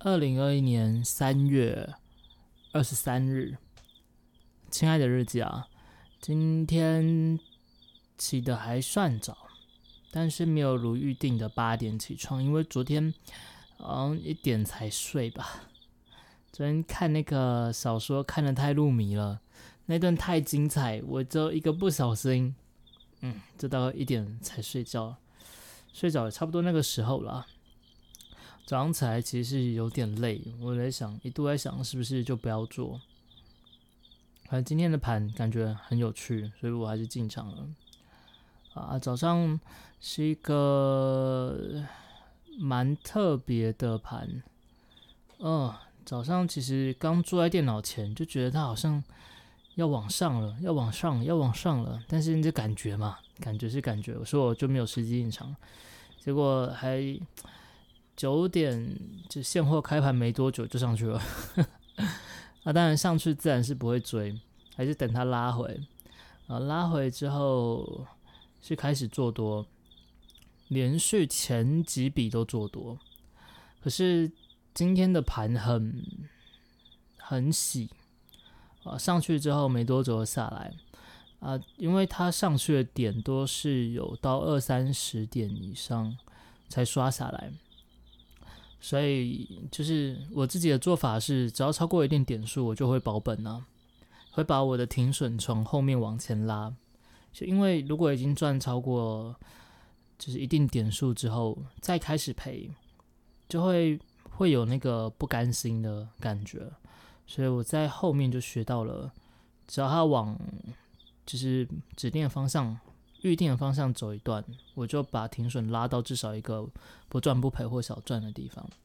2021年3月23日，亲爱的日记啊，今天起得还算早，但是没有如预定的8点起床，因为昨天好像1点才睡吧。昨天看那个小说看得太入迷了，那段太精彩，我就一个不小心，就到1点才睡觉，睡着也差不多那个时候了。早上起来其实是有点累，我一度在想是不是就不要做。反正今天的盘感觉很有趣，所以我还是进场了。早上是一个蛮特别的盘，早上其实刚坐在电脑前就觉得它好像要往上了，要往上了，但是这感觉嘛，感觉是感觉，我说我就没有实际进场，结果还9点就现货开盘没多久就上去了。当然上去自然是不会追，还是等它拉回。拉回之后是开始做多，连续前几笔都做多，可是今天的盘很洗，上去之后没多久就下来。因为它上去的点都是有到20-30点以上才刷下来，所以就是我自己的做法是，只要超过一定点数，我就会保本会把我的停损从后面往前拉。就因为如果已经赚超过就是一定点数之后，再开始赔，就会有那个不甘心的感觉。所以我在后面就学到了，只要它往就是指定的方向、预定的方向走一段，我就把停损拉到至少一个不赚不赔或小赚的地方。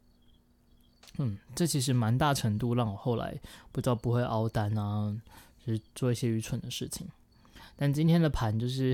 这其实蛮大程度让我后来不会凹单啊，就是做一些愚蠢的事情。但今天的盘就是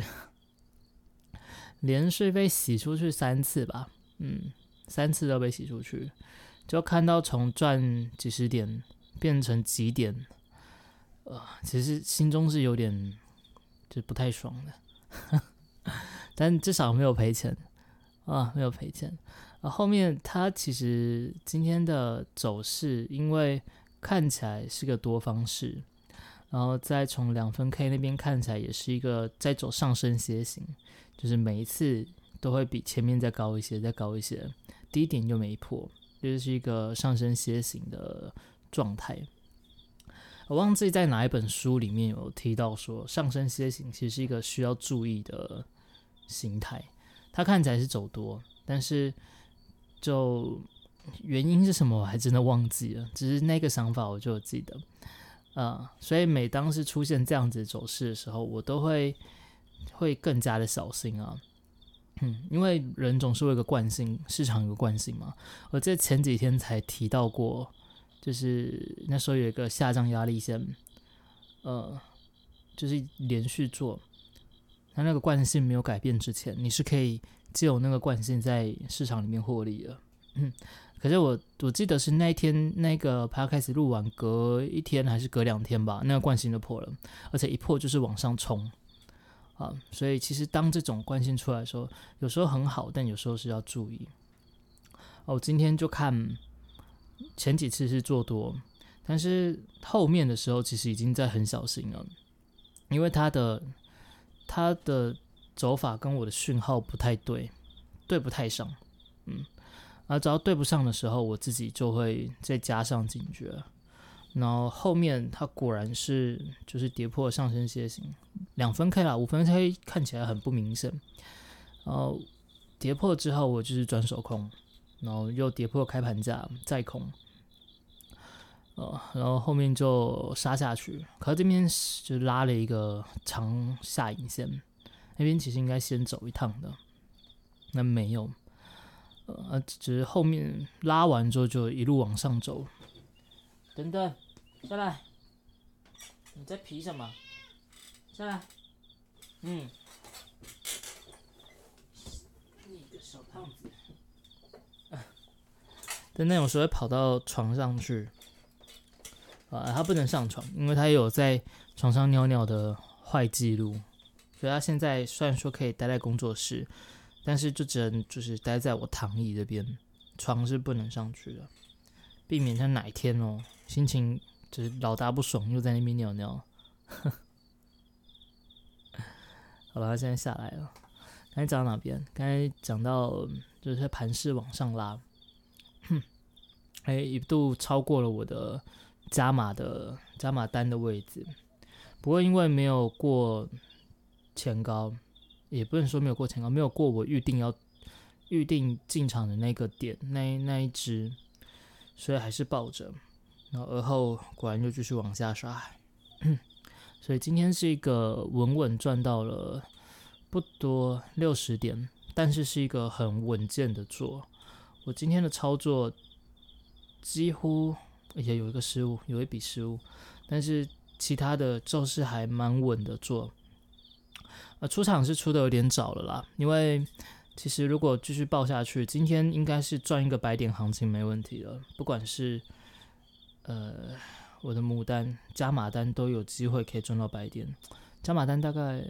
连续被洗出去3次吧，3次都被洗出去，就看到从赚几十点变成几点，其实心中是有点就不太爽的，但至少没有赔钱没有赔钱。后面它其实今天的走势，因为看起来是个多方式，然后再从2分 K 那边看起来也是一个在走上升楔形，就是每一次都会比前面再高一些，低点就没破，就是一个上升楔形的状态。我忘记在哪一本书里面有提到说，上升楔形其实是一个需要注意的形态。它看起来是走多，但是就原因是什么我还真的忘记了，只是那个想法我就有记得。所以每当是出现这样子的走势的时候，我都会更加的小心啊。因为人总是有一个惯性，市场有个惯性嘛。我在前几天才提到过，就是那时候有一个下降压力线，就是连续做，它那个惯性没有改变之前，你是可以借由那个惯性在市场里面获利的。可是我记得是那一天那个 podcast 录完隔1天还是隔2天吧，那个惯性就破了，而且一破就是往上冲。所以其实当这种惯性出来的时候，有时候很好，但有时候是要注意。我今天就看前几次是做多，但是后面的时候其实已经在很小心了，因为它的走法跟我的讯号不太对不太上。只要对不上的时候，我自己就会再加上警觉。然后后面它果然是就是跌破上升楔形，2分 K 啦，5分 K 看起来很不明显。然后跌破之后，我就是转手空，然后又跌破开盘价再空，然后后面就杀下去。可是这边就拉了一个长下影线，那边其实应该先走一趟的，那没有。只是后面拉完之后就一路往上走。等等，下来！你在皮什么？下来！你个小胖子！但那种时候会跑到床上去，他不能上床，因为他有在床上尿尿的坏记录，所以他现在虽然说可以待在工作室，但是就只能就是待在我躺椅这边，床是不能上去的。 避免像哪一天心情就是老大不爽，又在那边尿尿。好了，他现在下来了。刚才讲到哪边？刚才讲到就是盘势往上拉，一度超过了我的加码单的位置。不过因为没有过前高，也不能说没有过前高，没有过我预定进场的那个点那一只，所以还是抱着。然后而后果然就继续往下杀。所以今天是一个稳稳赚到了不多60点，但是是一个很稳健的做。我今天的操作几乎也有一个失误，有一笔失误，但是其他的就是还蛮稳的做。出场是出的有点早了啦，因为其实如果继续报下去，今天应该是赚一个100点行情没问题了。不管是我的母单、加码单都有机会可以赚到100点，加码单大概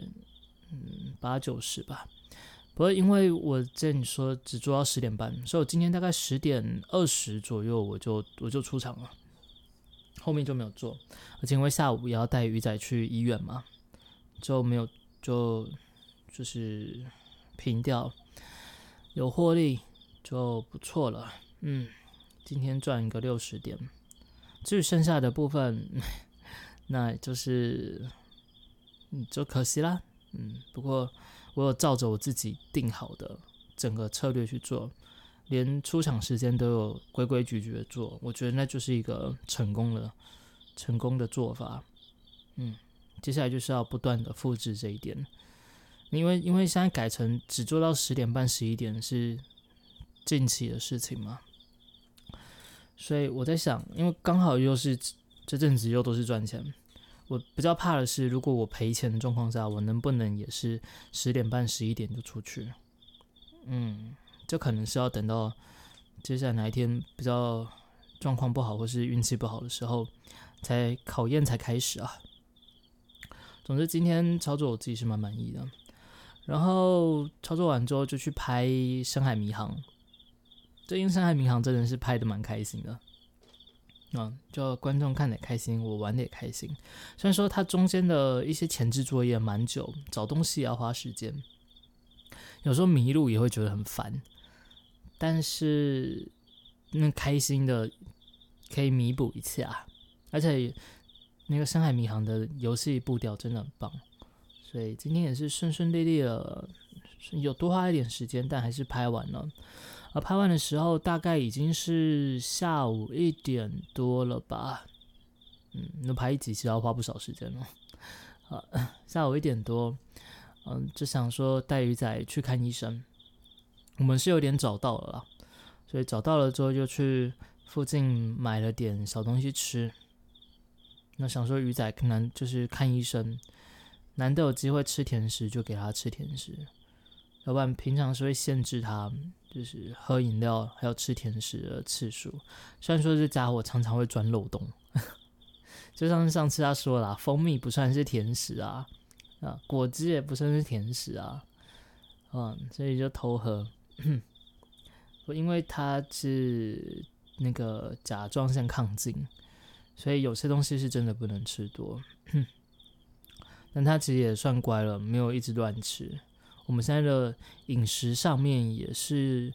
80-90吧。不过因为我跟你说只做到10点半，所以我今天大概10点20左右我就出场了，后面就没有做。而且因为下午也要带鱼仔去医院嘛，就没有就是平掉，有获利就不错了。今天赚一个60点。至于剩下的部分，那就是就可惜啦。不过我有照着我自己定好的整个策略去做，连出场时间都有规规矩矩的做，我觉得那就是一个成功的做法。接下来就是要不断的复制这一点，因为现在改成只做到10点半、11点是近期的事情嘛。所以我在想，因为刚好又是这阵子又都是赚钱，我比较怕的是，如果我赔钱的状况下，我能不能也是10点半、11点就出去？这可能是要等到接下来哪一天比较状况不好或是运气不好的时候，考验才开始啊。总之今天操作我自己是蛮满意的，然后操作完之后就去拍深海迷航。最近深海迷航真的是拍的蛮开心的，就观众看得也开心，我玩的也开心。虽然说它中间的一些前置作业蛮久，找东西也要花时间，有时候迷路也会觉得很烦，但是那开心的可以弥补一下。而且那个深海迷航的游戏步调真的很棒，所以今天也是顺顺利利的，有多花一点时间，但还是拍完了。拍完的时候大概已经是下午1点多了吧。那拍一集其实要花不少时间了。下午1点多，就想说带鱼仔去看医生。我们是有点早到了啦，所以找到了之后就去附近买了点小东西吃。那想说鱼仔就是看医生，难得有机会吃甜食，就给他吃甜食。要不然平常是会限制他就是喝饮料还有吃甜食的次数。虽然说这家伙常常会钻漏洞，就像上次他说啦，蜂蜜不算是甜食啊，果汁也不算是甜食啊，所以就偷喝。因为他是那个甲状腺亢进，所以有些东西是真的不能吃多。但他其实也算乖了，没有一直乱吃。我们现在的饮食上面也是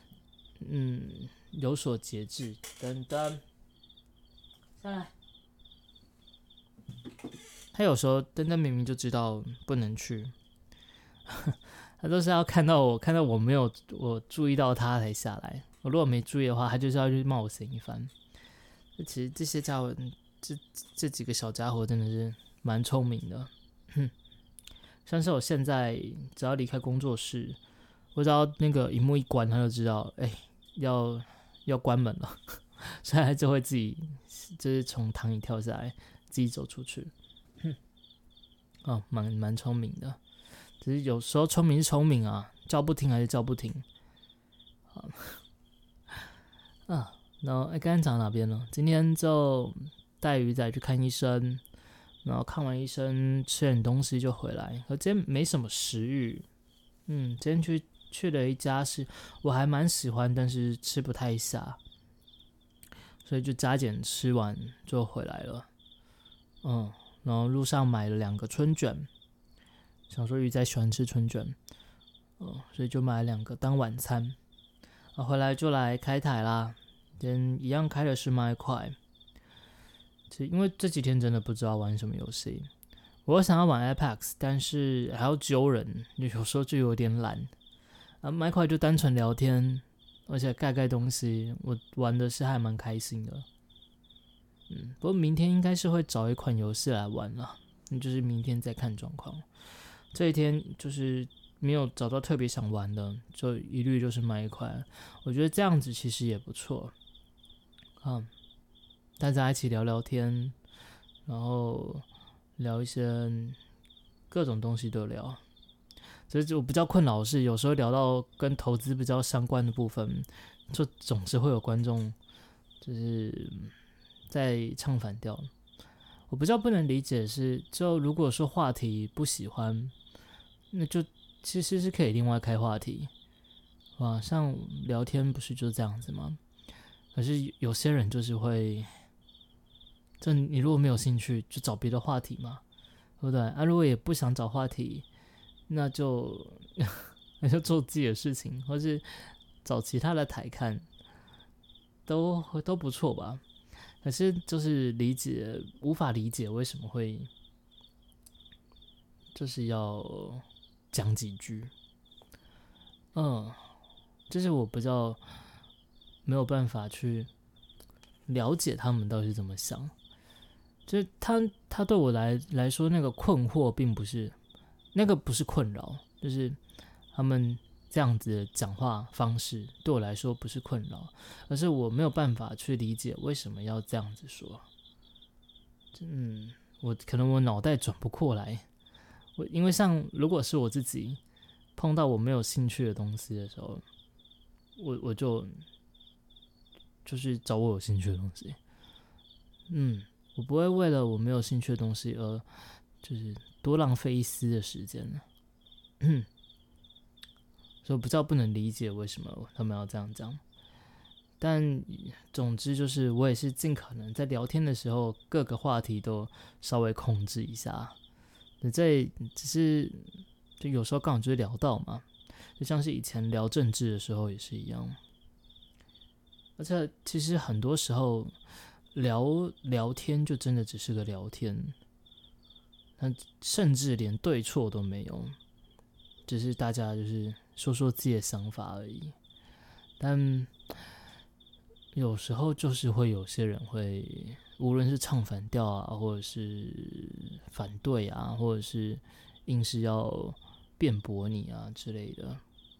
有所节制。等等下来，他有时候登登明明就知道不能去，他都是要看到我没有我注意到他才下来。我如果没注意的话，他就是要去冒险一番。其实这些家伙，这几个小家伙真的是蛮聪明的。像是我现在只要离开工作室，我只要那个荧幕一关，他就知道要关门了，所以他就会自己就是从躺椅跳下来，自己走出去。蛮聪明的，只是有时候聪明是聪明啊，叫不停还是叫不停。然后刚刚讲哪边呢？今天就带鱼仔去看医生，然后看完医生吃点东西就回来。可今天没什么食欲，今天去了一家是我还蛮喜欢，但是吃不太下， 所以就加减吃完就回来了。然后路上买了2个春卷，想说鱼仔喜欢吃春卷，所以就买了2个当晚餐。回来就来开台啦，今天一样开的是麦块。因为这几天真的不知道玩什么游戏，我想要玩 Apex， 但是还要揪人，有时候就有点懒。麦块就单纯聊天，而且盖东西，我玩的是还蛮开心的。不过明天应该是会找一款游戏来玩啦，就是明天再看状况。这一天就是没有找到特别想玩的，就一律就是麦块。我觉得这样子其实也不错。大家一起聊聊天，然后聊一些各种东西都聊。所以我比较困扰的是，有时候聊到跟投资比较相关的部分，就总是会有观众就是在唱反调。我比较不能理解的是，就如果说话题不喜欢，那就其实是可以另外开话题。像聊天不是就这样子吗？可是有些人就是会，就你如果没有兴趣，就找别的话题嘛，对不对？如果也不想找话题，那就做自己的事情，或是找其他的台看，都不错吧。可是就是无法理解为什么会就是要讲几句，就是我比较没有办法去了解他们到底是怎么想。就是他对我来说，那个困惑并不是那个不是困扰，就是他们这样子的讲话方式对我来说不是困扰，而是我没有办法去理解为什么要这样子说。可能我脑袋转不过来。因为如果是我自己碰到我没有兴趣的东西的时候，我就是找我有兴趣的东西。我不会为了我没有兴趣的东西而就是多浪费一丝的时间。所以我比较不能理解为什么他们要这样讲。但总之就是我也是尽可能在聊天的时候各个话题都稍微控制一下。这只是就有时候刚好就是聊到嘛，就像是以前聊政治的时候也是一样。而且其实很多时候聊天就真的只是个聊天，甚至连对错都没有，只是大家就是说说自己的想法而已。但有时候就是会有些人会，无论是唱反调啊，或者是反对啊，或者是硬是要辩驳你啊之类的。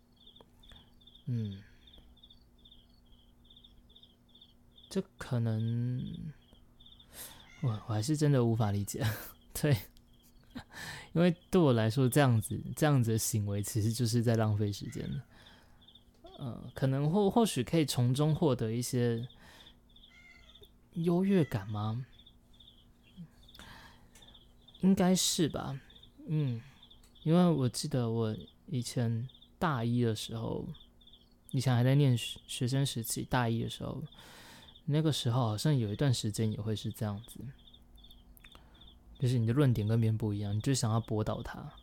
这可能我还是真的无法理解。对，因为对我来说，这样子的行为其实就是在浪费时间。可能或许可以从中获得一些优越感吗？应该是吧。因为我记得我以前大一的时候，以前还在念学生时期，大一的时候，那个时候好像有一段时间也会是这样子，就是你的论点跟别人不一样，你就想要驳倒他。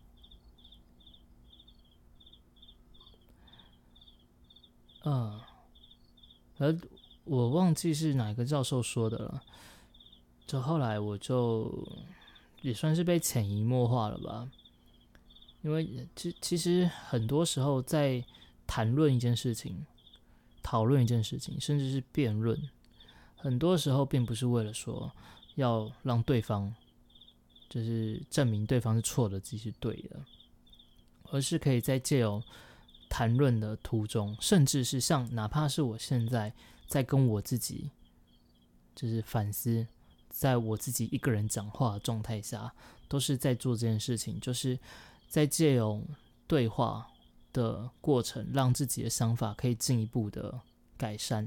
而我忘记是哪个教授说的了，就后来我就也算是被潜移默化了吧。因为其实很多时候在谈论一件事情、讨论一件事情，甚至是辩论，很多时候并不是为了说要让对方就是证明对方是错的，自己是对的，而是可以在借由谈论的途中，甚至是哪怕是我现在在跟我自己就是反思，在我自己一个人讲话的状态下，都是在做这件事情，就是在借由对话的过程，让自己的想法可以进一步的改善。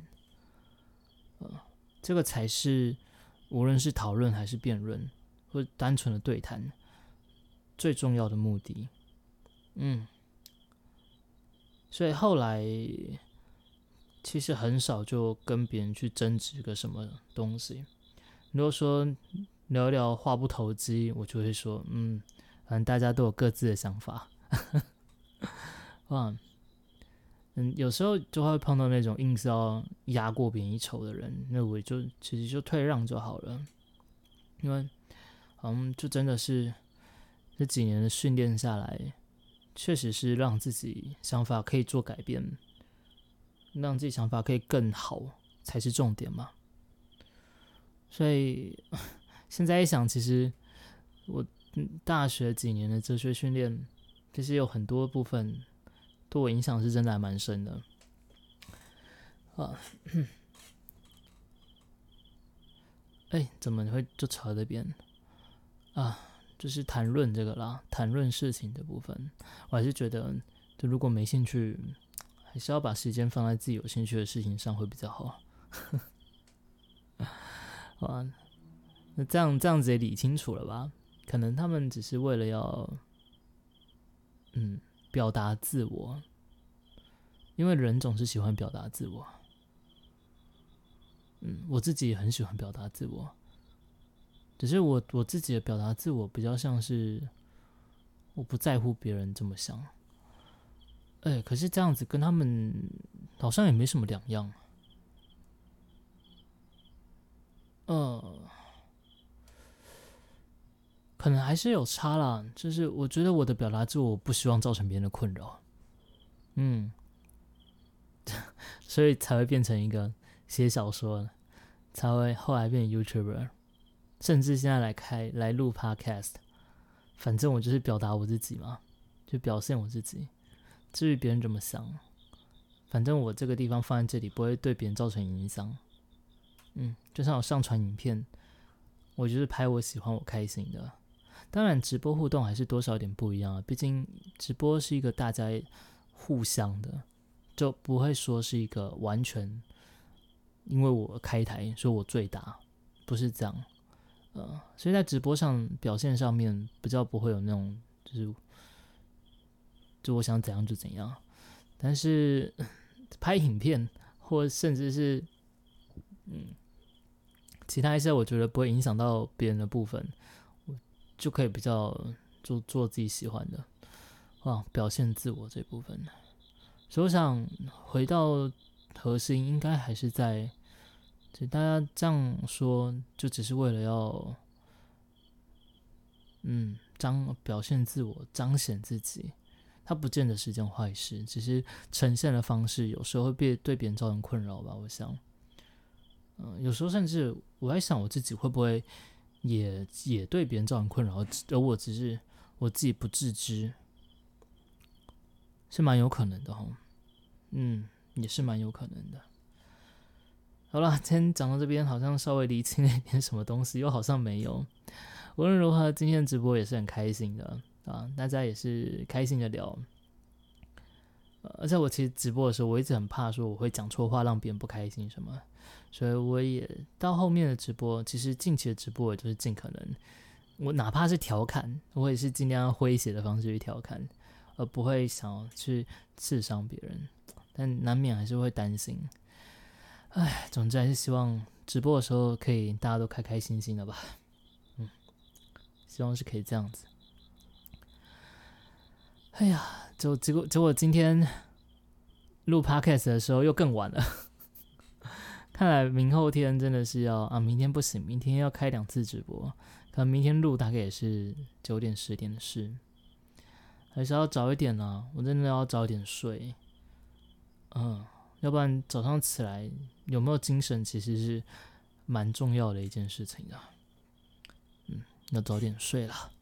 这个才是无论是讨论还是辩论，或单纯的对谈，最重要的目的。所以后来其实很少就跟别人去争执个什么东西。如果说聊一聊话不投机，我就会说，反正大家都有各自的想法。哇，有时候就会碰到那种硬是要压过别人一筹的人，那我就其实就退让就好了，因为就真的是这几年的训练下来，确实是让自己想法可以做改变，让自己想法可以更好才是重点嘛。所以现在一想，其实我大学几年的哲学训练，其实有很多部分对我影响是真的还蛮深的啊。怎么会就吵到这边啊？就是谈论这个啦，谈论事情的部分，我还是觉得，就如果没兴趣，还是要把时间放在自己有兴趣的事情上会比较好。哇，那这样子也理清楚了吧？可能他们只是为了要，表达自我，因为人总是喜欢表达自我。我自己也很喜欢表达自我，只是我自己的表达自我比较像是我不在乎别人怎么想。可是这样子跟他们好像也没什么两样。可能还是有差啦，就是我觉得我的表达自我不希望造成别人的困扰，所以才会变成一个写小说，才会后来变成 YouTuber， 甚至现在来录 Podcast， 反正我就是表达我自己嘛，就表现我自己。至于别人怎么想，反正我这个地方放在这里不会对别人造成影响。就像我上传影片，我就是拍我喜欢我开心的。当然直播互动还是多少有点不一样啊，毕竟直播是一个大家互相的，就不会说是一个完全因为我开台说我最大，不是这样。所以在直播上表现上面比较不会有那种就我想怎样就怎样。但是拍影片或甚至是其他一些我觉得不会影响到别人的部分，我就可以比较做自己喜欢的表现自我这部分。所以我想回到核心，应该还是在就大家这样说，就只是为了要表现自我，彰显自己。它不见得是一件坏事，只是呈现的方式有时候会对别人造成困扰吧。我想，有时候甚至我在想我自己会不会也对别人造成困扰，而我只是我自己不自知，是蛮有可能的齁。也是蛮有可能的。好了，今天讲到这边，好像稍微理清了一点什么东西，又好像没有。无论如何，今天的直播也是很开心的大家也是开心的聊。而且我其实直播的时候，我一直很怕说我会讲错话，让别人不开心什么，所以我也到后面的直播，其实近期的直播也就是尽可能，我哪怕是调侃，我也是尽量用诙谐的方式去调侃，而不会想要去刺伤别人，但难免还是会担心。总之还是希望直播的时候可以大家都开开心心的吧。希望是可以这样子。结果今天录 podcast 的时候又更晚了，看来明后天真的是要明天不行，明天要开2次直播，可能明天录大概也是9点10点的事，还是要早一点啊，我真的要早一点睡，要不然早上起来有没有精神其实是蛮重要的一件事情的，要早点睡了。